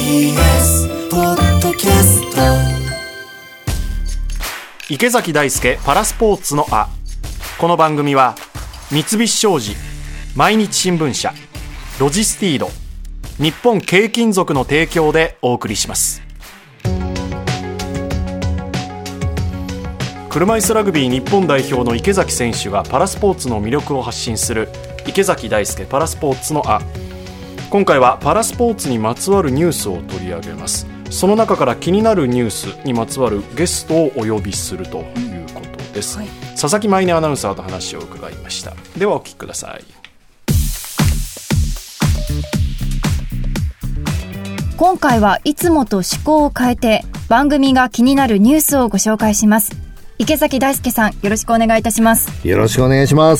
TBS ポッドキャスト。 池崎大輔パラスポーツのあ。この番組は三菱商事、毎日新聞社、ロジスティード、日本軽金属の提供でお送りします。車椅子ラグビー日本代表の池崎選手がパラスポーツの魅力を発信する池崎大輔パラスポーツのあ。今回はパラスポーツにまつわるニュースを取り上げます。その中から気になるニュースにまつわるゲストをお呼びするということです、佐々木舞音アナウンサーと話を伺いました。ではお聞きください。 今回はいつもと趣向を変えて番組が気になるニュースをご紹介します。池崎大輔さん、よろしくお願いいたします。 よろしくお願いします。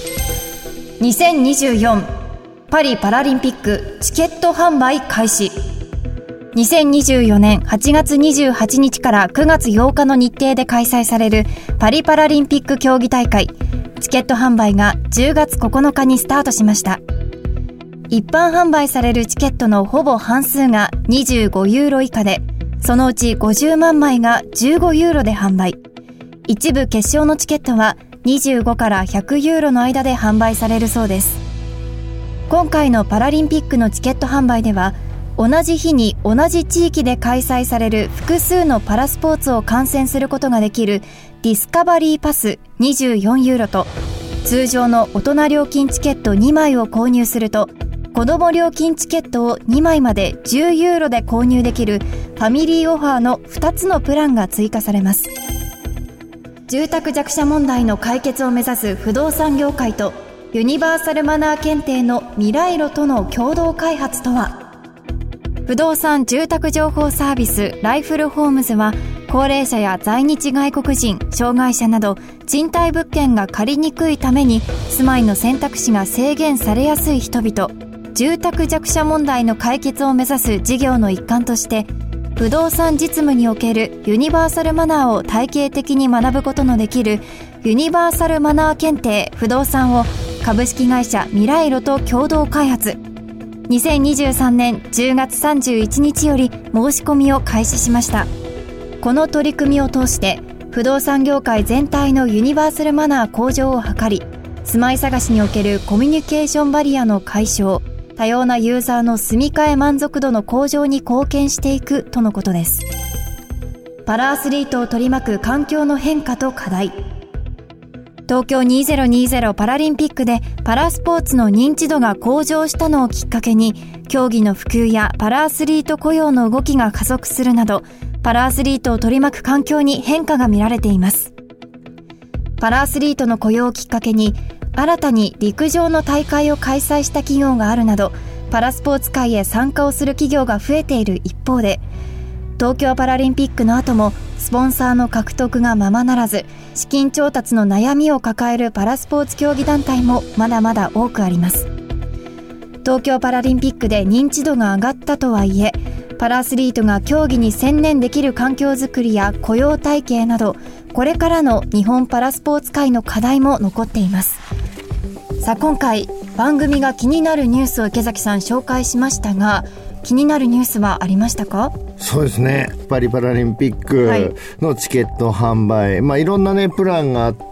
2024パリパラリンピックチケット販売開始。2024年8月28日から9月8日の日程で開催されるパリパラリンピック競技大会、チケット販売が10月9日にスタートしました。一般販売されるチケットのほぼ半数が25ユーロ以下で、そのうち50万枚が15ユーロで販売。一部決勝のチケットは25から100ユーロの間で販売されるそうです。今回のパラリンピックのチケット販売では、同じ日に同じ地域で開催される複数のパラスポーツを観戦することができるディスカバリーパス24ユーロと、通常の大人料金チケット2枚を購入すると、子ども料金チケットを2枚まで10ユーロで購入できるファミリーオファーの2つのプランが追加されます。住宅弱者問題の解決を目指す不動産業界とユニバーサルマナー検定の未来路との共同開発とは。不動産住宅情報サービスライフルホームズは、高齢者や在日外国人、障害者など賃貸物件が借りにくいために住まいの選択肢が制限されやすい人々、住宅弱者問題の解決を目指す事業の一環として、不動産実務におけるユニバーサルマナーを体系的に学ぶことのできるユニバーサルマナー検定不動産を株式会社未来路と共同開発。2023年10月31日より申し込みを開始しました。この取り組みを通して不動産業界全体のユニバーサルマナー向上を図り、住まい探しにおけるコミュニケーションバリアの解消、多様なユーザーの住み替え満足度の向上に貢献していくとのことです。パラアスリートを取り巻く環境の変化と課題。東京2020パラリンピックでパラスポーツの認知度が向上したのをきっかけに、競技の普及やパラアスリート雇用の動きが加速するなど、パラアスリートを取り巻く環境に変化が見られています。パラアスリートの雇用をきっかけに、新たに陸上の大会を開催した企業があるなど、パラスポーツ界へ参加をする企業が増えている一方で、東京パラリンピックの後もスポンサーの獲得がままならず、資金調達の悩みを抱えるパラスポーツ競技団体もまだまだ多くあります。東京パラリンピックで認知度が上がったとはいえ、パラアスリートが競技に専念できる環境づくりや雇用体系など、これからの日本パラスポーツ界の課題も残っています。さあ、今回番組が気になるニュースを池崎さん紹介しましたが、気になるニュースはありましたか？ そうですね、パリパラリンピックのチケット販売、いろんなねプランがあって、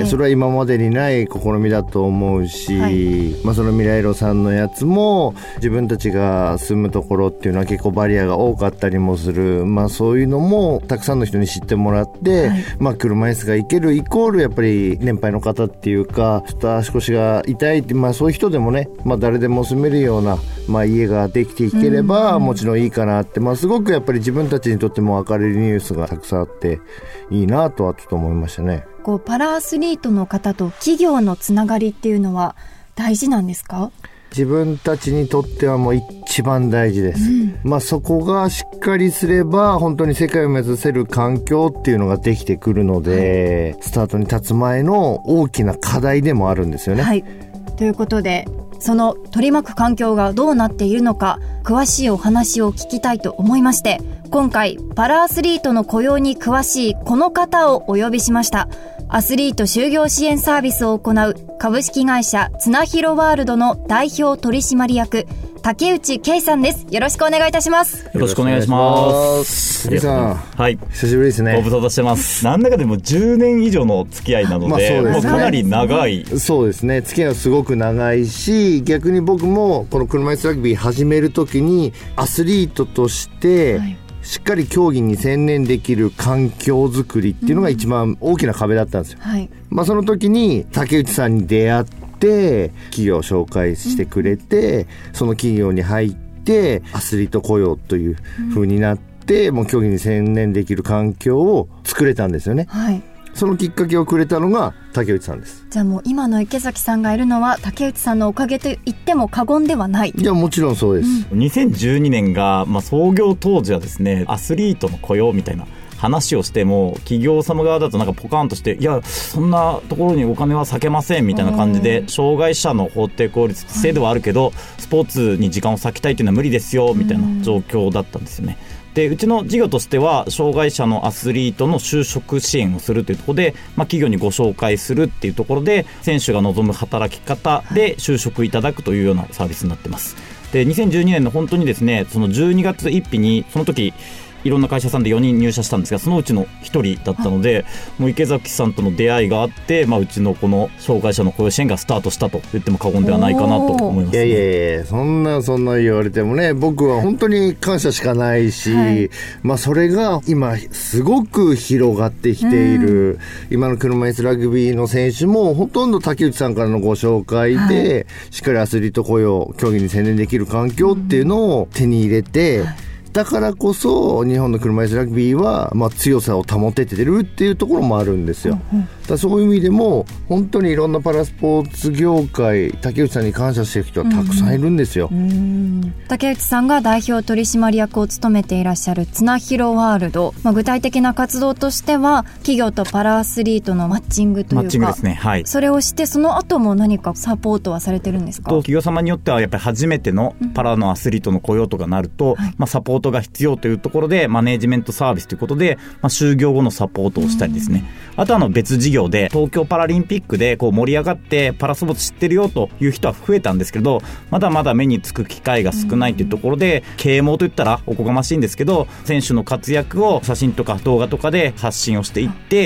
それは今までにない試みだと思うし、その未来路さんのやつも自分たちが住むところっていうのは結構バリアが多かったりもする、そういうのもたくさんの人に知ってもらって、車椅子が行けるイコールやっぱり年配の方っていうか、ちょっと足腰が痛いって、そういう人でもね、誰でも住めるような、家ができていければもちろんいいかなって、すごくやっぱり自分たちにとっても明るいニュースがたくさんあっていいなとはちょっと思いましたね。 パラアスリートの方と企業のつながりっていうのは大事なんですか？ 自分たちにとってはもう一番大事です、そこがしっかりすれば本当に世界を目指せる環境っていうのができてくるので、スタートに立つ前の大きな課題でもあるんですよね。 ということで、その取り巻く環境がどうなっているのか、詳しいお話を聞きたいと思いまして、今回パラアスリートの雇用に詳しいこの方をお呼びしました。アスリート就業支援サービスを行う株式会社つなひろワールドの代表取締役竹内圭さんです。よろしくお願いいたします。 よろしくお願いします。 竹さん、 はい、 久しぶりですね。 ご無沙汰してます。なんだかでも10年以上の付き合いなので、 そうですね、 もうかなり長い。 そうですね、付き合いはすごく長いし、逆に僕もこの車椅子ラグビー始めるときにアスリートとして、しっかり競技に専念できる環境づくりっていうのが一番大きな壁だったんですよ、その時に竹内さんに出会って企業を紹介してくれて、その企業に入ってアスリート雇用という風になって、もう競技に専念できる環境を作れたんですよね、そのきっかけをくれたのが竹内さんです。 じゃあもう今の池崎さんがいるのは竹内さんのおかげと言っても過言ではない。 いや、もちろんそうです、 2012年が、創業当時はですね、アスリートの雇用みたいな話をしても、企業様側だとなんかポカンとして、いやそんなところにお金は割けませんみたいな感じで、障害者の法定効率制度はあるけど、スポーツに時間を割きたいというのは無理ですよみたいな状況だったんですよね。で、うちの事業としては障害者のアスリートの就職支援をするというところで、企業にご紹介するっていうところで、選手が望む働き方で就職いただくというようなサービスになってます。で、2012年の本当にですね、その12月1日にその時いろんな会社さんで4人入社したんですが、そのうちの1人だったので、もう池崎さんとの出会いがあって、うちのこの障害者の雇用支援がスタートしたと言っても過言ではないかなと思います、ね。 いやそんな言われてもね、僕は本当に感謝しかないし、それが今すごく広がってきている、今の車椅子ラグビーの選手もほとんど竹内さんからのご紹介で、しっかりアスリート雇用、競技に専念できる環境っていうのを手に入れて、だからこそ日本の車椅子ラグビーは、強さを保ててるっていうところもあるんですよ、だそういう意味でも本当にいろんなパラスポーツ業界、竹内さんに感謝している人はたくさんいるんですよ、 竹内さんが代表取締役を務めていらっしゃるつなひろワールド、具体的な活動としては企業とパラアスリートのマッチングというか、 マッチングですね、 それをしてその後も何かサポートはされてるんですか？ 企業様によってはやっぱり初めてのパラのアスリートの雇用とかなると、サポートが必要というところでマネージメントサービスということで、就業後のサポートをしたりですね、あとは別事業で東京パラリンピックで盛り上がってパラスポーツ知ってるよという人は増えたんですけど、まだまだ目につく機会が少ないというところで、啓蒙といったらおこがましいんですけど、選手の活躍を写真とか動画とかで発信をしていって、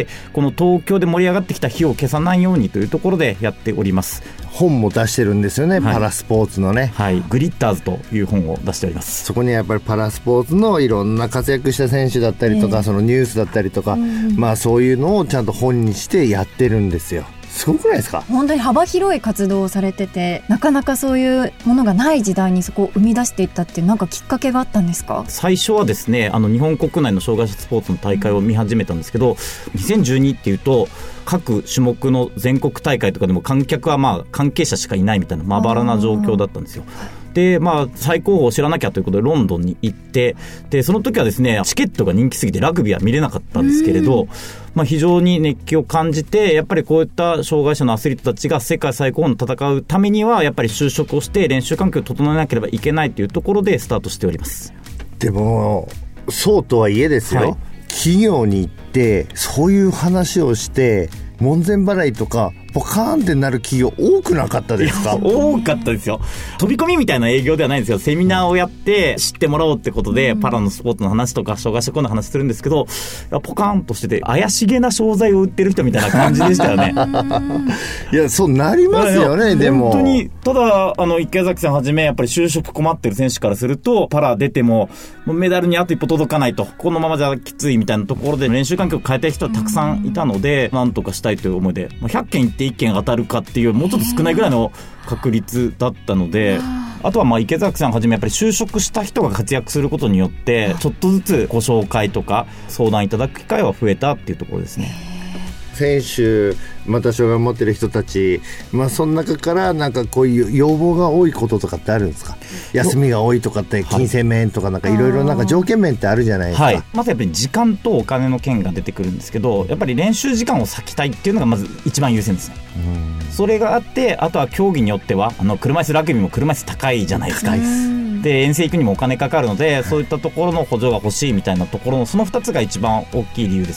この東京で盛り上がってきた火を消さないようにというところでやっております。 本も出してるんですよね、パラスポーツのね、 グリッターズという本を出しております。 そこにやっぱりパラスポーツのいろんな活躍した選手だったりとか、そのニュースだったりとか、そういうのをちゃんと本にしてやってるんですよ。すごくないですか？ 本当に幅広い活動をされてて、なかなかそういうものがない時代にそこを生み出していったっていう、なんかきっかけがあったんですか？ 最初はですね、日本国内の障害者スポーツの大会を見始めたんですけど、2012っていうと各種目の全国大会とかでも観客は関係者しかいないみたいなまばらな状況だったんですよ。で、最高峰を知らなきゃということでロンドンに行って、でその時はですね、チケットが人気すぎてラグビーは見れなかったんですけれど、非常に熱気を感じて、やっぱりこういった障害者のアスリートたちが世界最高峰の戦うためにはやっぱり就職をして練習環境を整えなければいけないというところでスタートしております。 でもそうとはいえですよ、企業に行ってそういう話をして門前払いとかポカーンってなる企業多くなかったですか？ 多かったですよ。飛び込みみたいな営業ではないんですよ。セミナーをやって知ってもらおうってことで、パラのスポーツの話とか障害者雇用の話するんですけど、ポカーンとしてて怪しげな商材を売ってる人みたいな感じでしたよねいや、そうなりますよね。でも本当に、ただ池崎さんはじめやっぱり就職困ってる選手からすると、パラ出てもメダルにあと一歩届かないと、このままじゃきついみたいなところで練習環境を変えたい人はたくさんいたので、なんとかしたいという思いで、100件行って1件当たるかっていう、もうちょっと少ないぐらいの確率だったので、あとは池崎さんはじめやっぱり就職した人が活躍することによって、ちょっとずつご紹介とか相談いただく機会は増えたっていうところですね。 選手、また障害を持ってる人たち、その中からなんかこういう要望が多いこととかってあるんですか？休みが多いとかって金銭面とかなんかいろいろなんか条件面ってあるじゃないですか。 まずやっぱり時間とお金の件が出てくるんですけど、やっぱり練習時間を割きたいっていうのがまず一番優先ですね。それがあって、あとは競技によっては車椅子ラグビーも車椅子高いじゃないですか。で遠征行くにもお金かかるので、そういったところの補助が欲しいみたいなところのその2つが一番大きい理由ですね。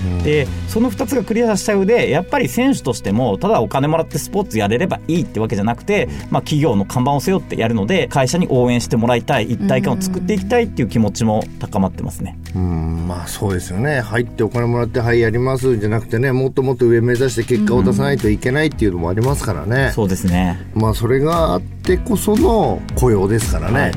でその2つがクリアした上でやっぱり選手としてもただお金もらってスポーツやれればいいってわけじゃなくて、企業の看板を背負ってやるので会社に応援してもらいたい、一体感を作っていきたいっていう気持ちも高まってますね。 そうですよね。入ってお金もらってはいやりますじゃなくてね、もっともっと上目指して結果を出さないといけないっていうのもありますからね。 そうですね。 それがあってこその雇用ですからね。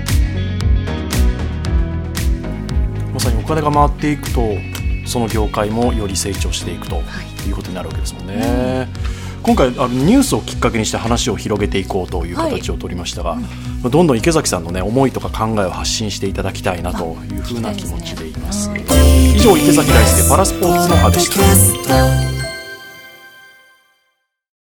まさにお金が回っていくとその業界もより成長していくということになるわけですもんね。今回ニュースをきっかけにして話を広げていこうという形を取りましたが、どんどん池崎さんの、思いとか考えを発信していただきたいなというふうな気持ちでいます。以上、池崎大輔パラスポーツの派でした。